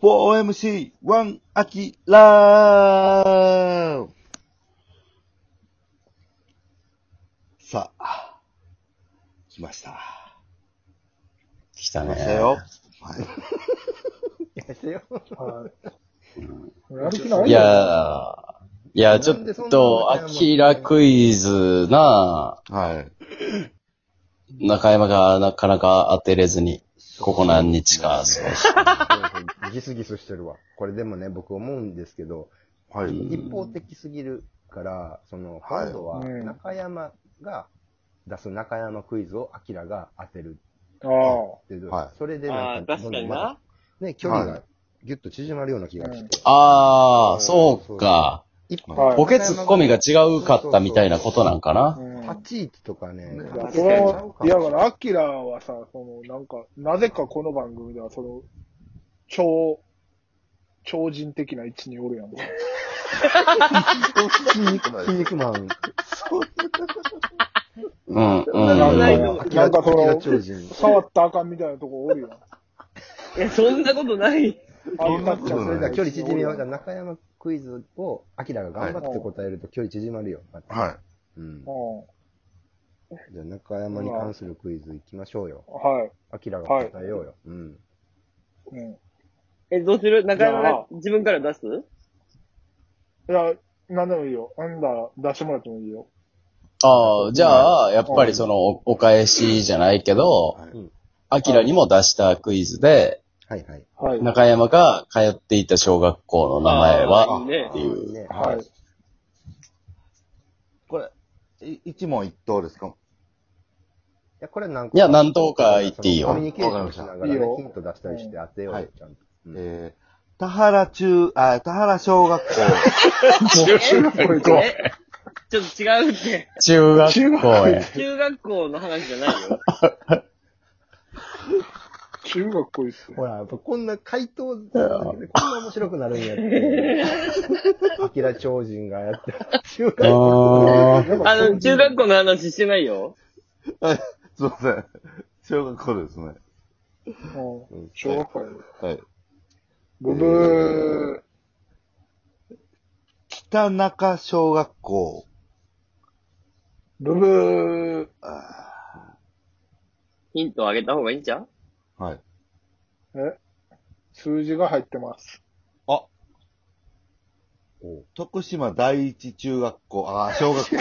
4MC1 アキラー。さあ、来ました。 来ましたよ。 はい。 やめてよ。 はい。 やる気ないよ。 いや、ちょっと、アキラクイズなはい。 中山がなかなか当てれずに、ここ何日か過ごして。 ギスギスしてるわ。これでもね、僕思うんですけど、 はい。 一方的すぎるから、今度は中山が出す中山クイズをアキラが当てる。 はい。 それでなんか、確かにな。 ね、距離がギュッと縮まるような気がして。 そうか。ボケツッコミが違うかったみたいなことなんかな。 立ち位置とかね。 いや、だから、アキラはさ、なぜかこの番組では、超人的な位置におるやん。 筋肉マン。 なんか触ったらあかんみたいなとこおるよ。 そんなことない。 それでは距離縮みよう。中山クイズをアキラが頑張って答えると距離縮まるよ。 はい。 じゃあ中山に関するクイズ行きましょうよ。 はい。 アキラが答えようよ。 どうする中山が自分から出す？ いや、なんでもいいよ。出してもらってもいいよ。 じゃあ、やっぱりお返しじゃないけど、アキラにも出したクイズで、中山が通っていた小学校の名前は、っていう。 はい。 これ、一問一答ですか？ いや、何答か言っていいよ。 コミュニケーションしながらヒント出したりして当てようよ、ちゃんと。 田原小学校。 中学校。 ちょっと違うって。 中学校や。 中学校の話じゃないよ。 中学校ですよ。 ほら、やっぱこんな回答だけでこんな面白くなるんやって。アキラ超人がやってる。 中学校の話してないよ。 すいません。小学校ですね。 小学校はい。 ブブー。 北中小学校。 ブブー。 ヒントあげた方がいいんちゃう？ はい。 数字が入ってます。 徳島第一中学校、小学校。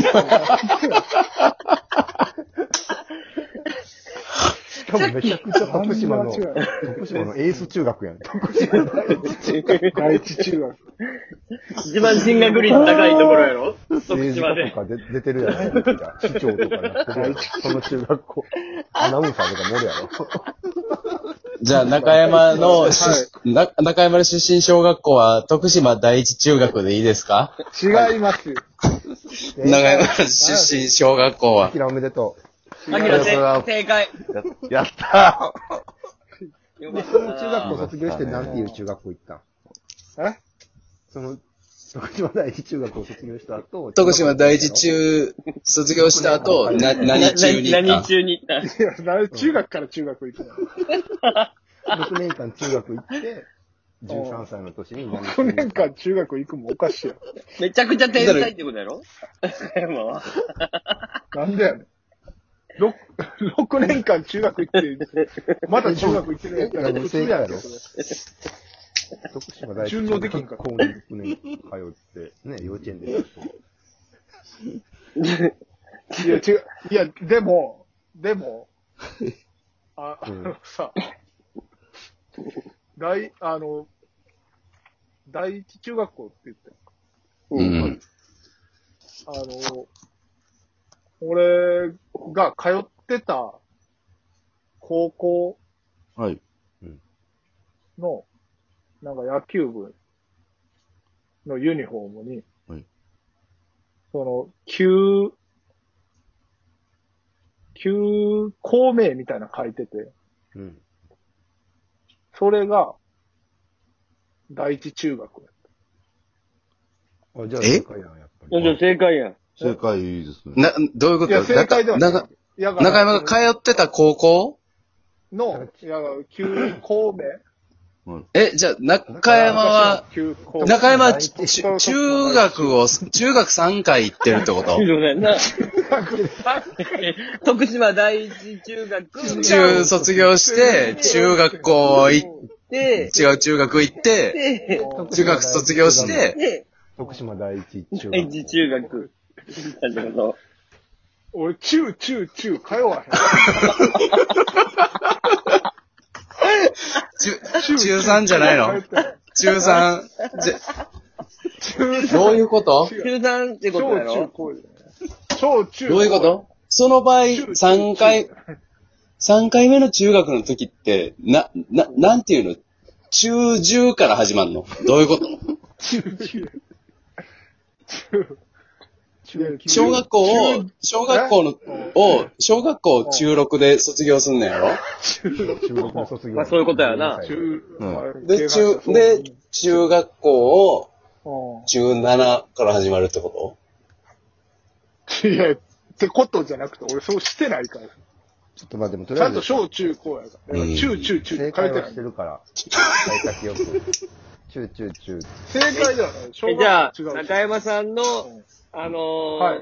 しかもめちゃくちゃ徳島のエース中学やん。徳島第一中学。 一番進学率高いところやろ？徳島で。 とか出てるやろ。市長とかなってるやろ。その中学校。アナウンサーとかもおるやろ。 じゃあ、中山の出身小学校は徳島第一中学でいいですか？ 違います。 中山の出身小学校は。 アキラおめでとう。アキラ正解。 やったー。その中学校卒業して何ていう中学校行ったん？徳島第一中学を卒業した後。 徳島第一中、卒業した後、何中に行った？ 何中に行った？ いや、中学から中学行くの。 6年間中学行って、13歳の年に 6年間中学行くもおかしいやん。 めちゃくちゃ天才ってことやろ？ なんでやねん。6年間中学行って、まだ中学行ってるやったら普通やろ。 徳島大中学校に6年通って、ね、幼稚園で。 いや、違う。いや、でも、さ、第一中学校って言って俺が通ってた高校の、なんか野球部のユニフォームに、校名みたいなの書いてて、それが、第一中学やった。じゃあ正解やん、やっぱり。 じゃあ正解やん。 正解ですね。 どういうこと？ いや、正解ではない。 中山が通ってた高校の、旧校名じゃあ、中山は、中学3回行ってるってこと徳島第一中学。 卒業して、中学校行って、違う中学行って、中学卒業して、 徳島第一中学。 第一中学。 俺、中、通わへん。 中3じゃないの？中3。どういうこと中3ってことやろ？ 小中どういうことその場合、3回目の中学の時って、なんていうの？中10から始まるの？どういうこと小学校中6で卒業すんのやろ？ 中6の卒業。 まあそういうことやな。 で、中学校を中7から始まるってこと？いや、ってことじゃなくて、俺そうしてないから。 ちょっと待って、もとりあえず。 ちゃんと小中高やから。中、 正解はしてるから。幸先よく。中。 正解ではない。 じゃあ、中山さんの、好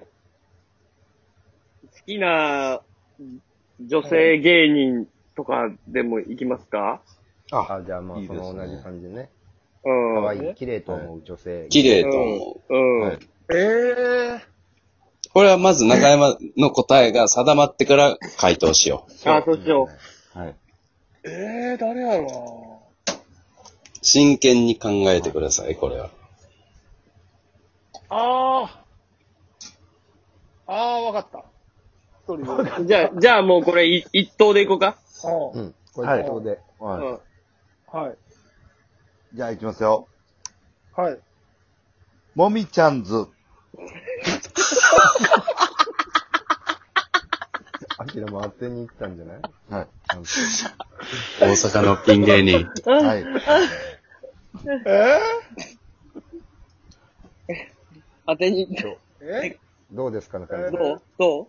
きな女性芸人とかでも行きますか？ じゃあまあその同じ感じでね。可愛い、綺麗と思う女性。 綺麗と思う。これはまず中山の答えが定まってから回答しよう。 そうしよう。はい。 誰やろうな。 真剣に考えてください、これは。 わかった。一人で。じゃあもうこれ一答でいこうか。 うん。これ一答で。 はい。 じゃあ行きますよ。 はい。 もみちゃんず。 アキラも当てに行ったんじゃない？ はい。 大阪のピン芸人。 はい。 当てに行った。 どうですか、中山。 どう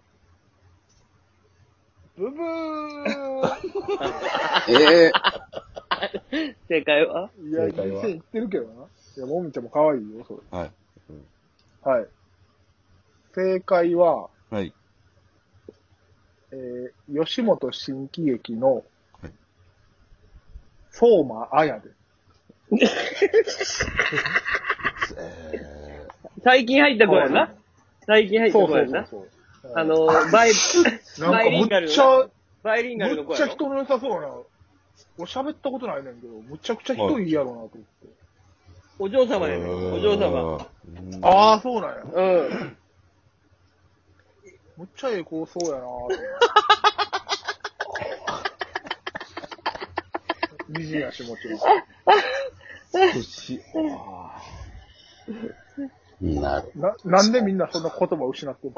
ブブー。 正解は？ いや、店行ってるけどな。いや、もみちゃんも可愛いよ、それ。 はい。 はい。正解は、 はい。 吉本新喜劇の、相馬綾です。 最近入った子やな。最近入った子やな。バイリンガルの子やろ。 むっちゃ人の良さそうな。俺喋ったことないねんけど、むちゃくちゃ人いいやろうなと思って。 お嬢様やねん。お嬢様。 そうなんや。むっちゃええ子そうやなぁ。美人やし、もちろん。なんでみんなそんな言葉を失ってん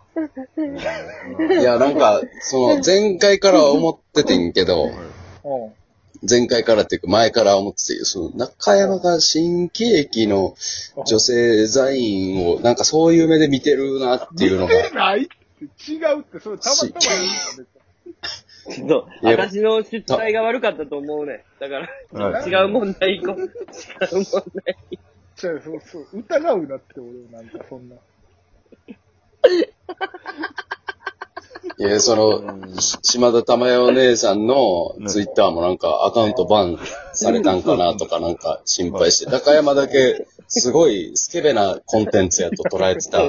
の？いや、なんか、前回から思っててんけど、前回からっていうか前から思ってて、中山が新喜劇の女性座員をなんかそういう目で見てるなっていうのが。 見てないって違うって、それたまたま言うんだ私の出題が悪かったと思うね。だから、違う問題行こう。違う問題。 そう、疑うなって俺なんかそんな。 いや、島田珠代お姉さんのツイッターもなんかアカウントバンされたんかなとかなんか心配して、中山だけすごいスケベなコンテンツやと捉えてた。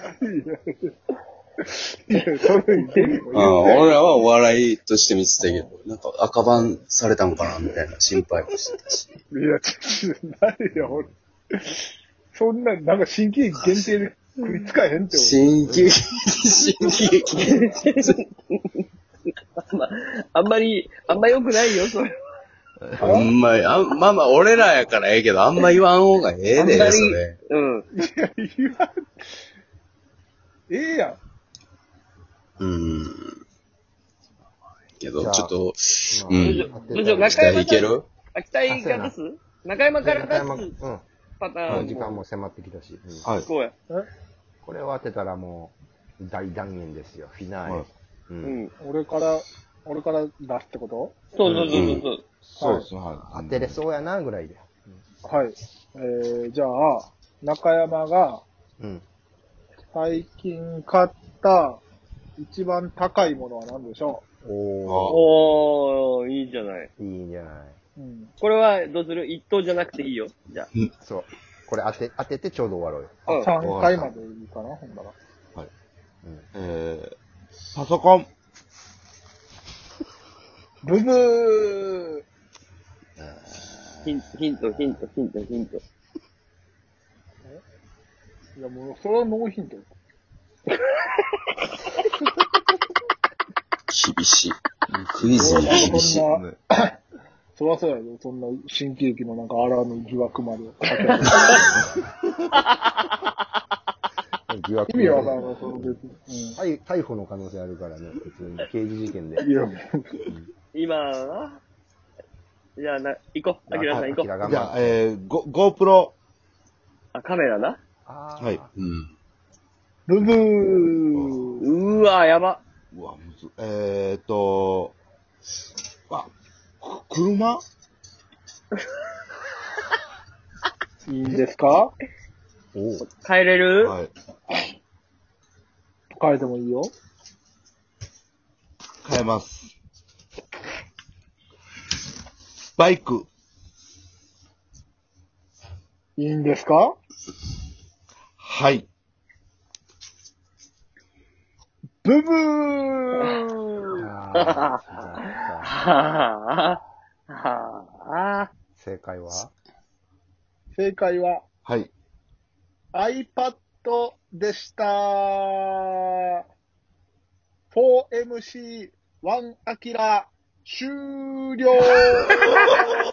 俺らはお笑いとして見てたけど、なんか赤バンされたんかなみたいな心配もしてたし。 いや、何や、俺。そんな、なんか新喜劇限定で食いつかへんって俺。 新喜劇。 あんま良くないよ、それは。まあまあ、俺らやからええけど、あんま言わん方がええで、それ。 うん。 いや、言わん。ええやん。 けど、ちょっと、 どうしよう、中山いける？ 期待が出す？中山から出すパターン。 時間も迫ってきたし。 はい。 こうや。 これを当てたらもう、大断言ですよ、フィナーレ。 俺から俺から出すってこと？ そうそうそうそう。 そうですね、はい。 当てれそうやな、ぐらいで。 はい。じゃあ、中山が、最近買った一番高いものは何でしょう？ おー、いいじゃない。 いいんじゃない。 これはどうする？一等じゃなくていいよ。じゃあ。 そう。これ当ててちょうど終わろうよ。 3回までいいかな、ほんなら。 はい。パソコン。 ブブー。 ヒント。 いや、もう、それはノーヒント。 厳しい。クイズに厳しい。 そらそうやで、そんな新喜劇のなんかあらぬ疑惑まで。 疑惑。 意味わからない、その別に。逮捕の可能性あるからね、普通に。刑事事件で。 今、じゃあ行こう。アキラさん行こう。じゃあ、GoPro。 あ、カメラな。 はい。 ブブー。 うわ、やば。 うわ、むず。車いいんですか？ 帰れる？ はい。 帰れてもいいよ。 変えます。バイク。 いいんですか？ はい。 ブブー。 正解は？ 正解は、 はい。 iPad でした。4MC1 アキラ終了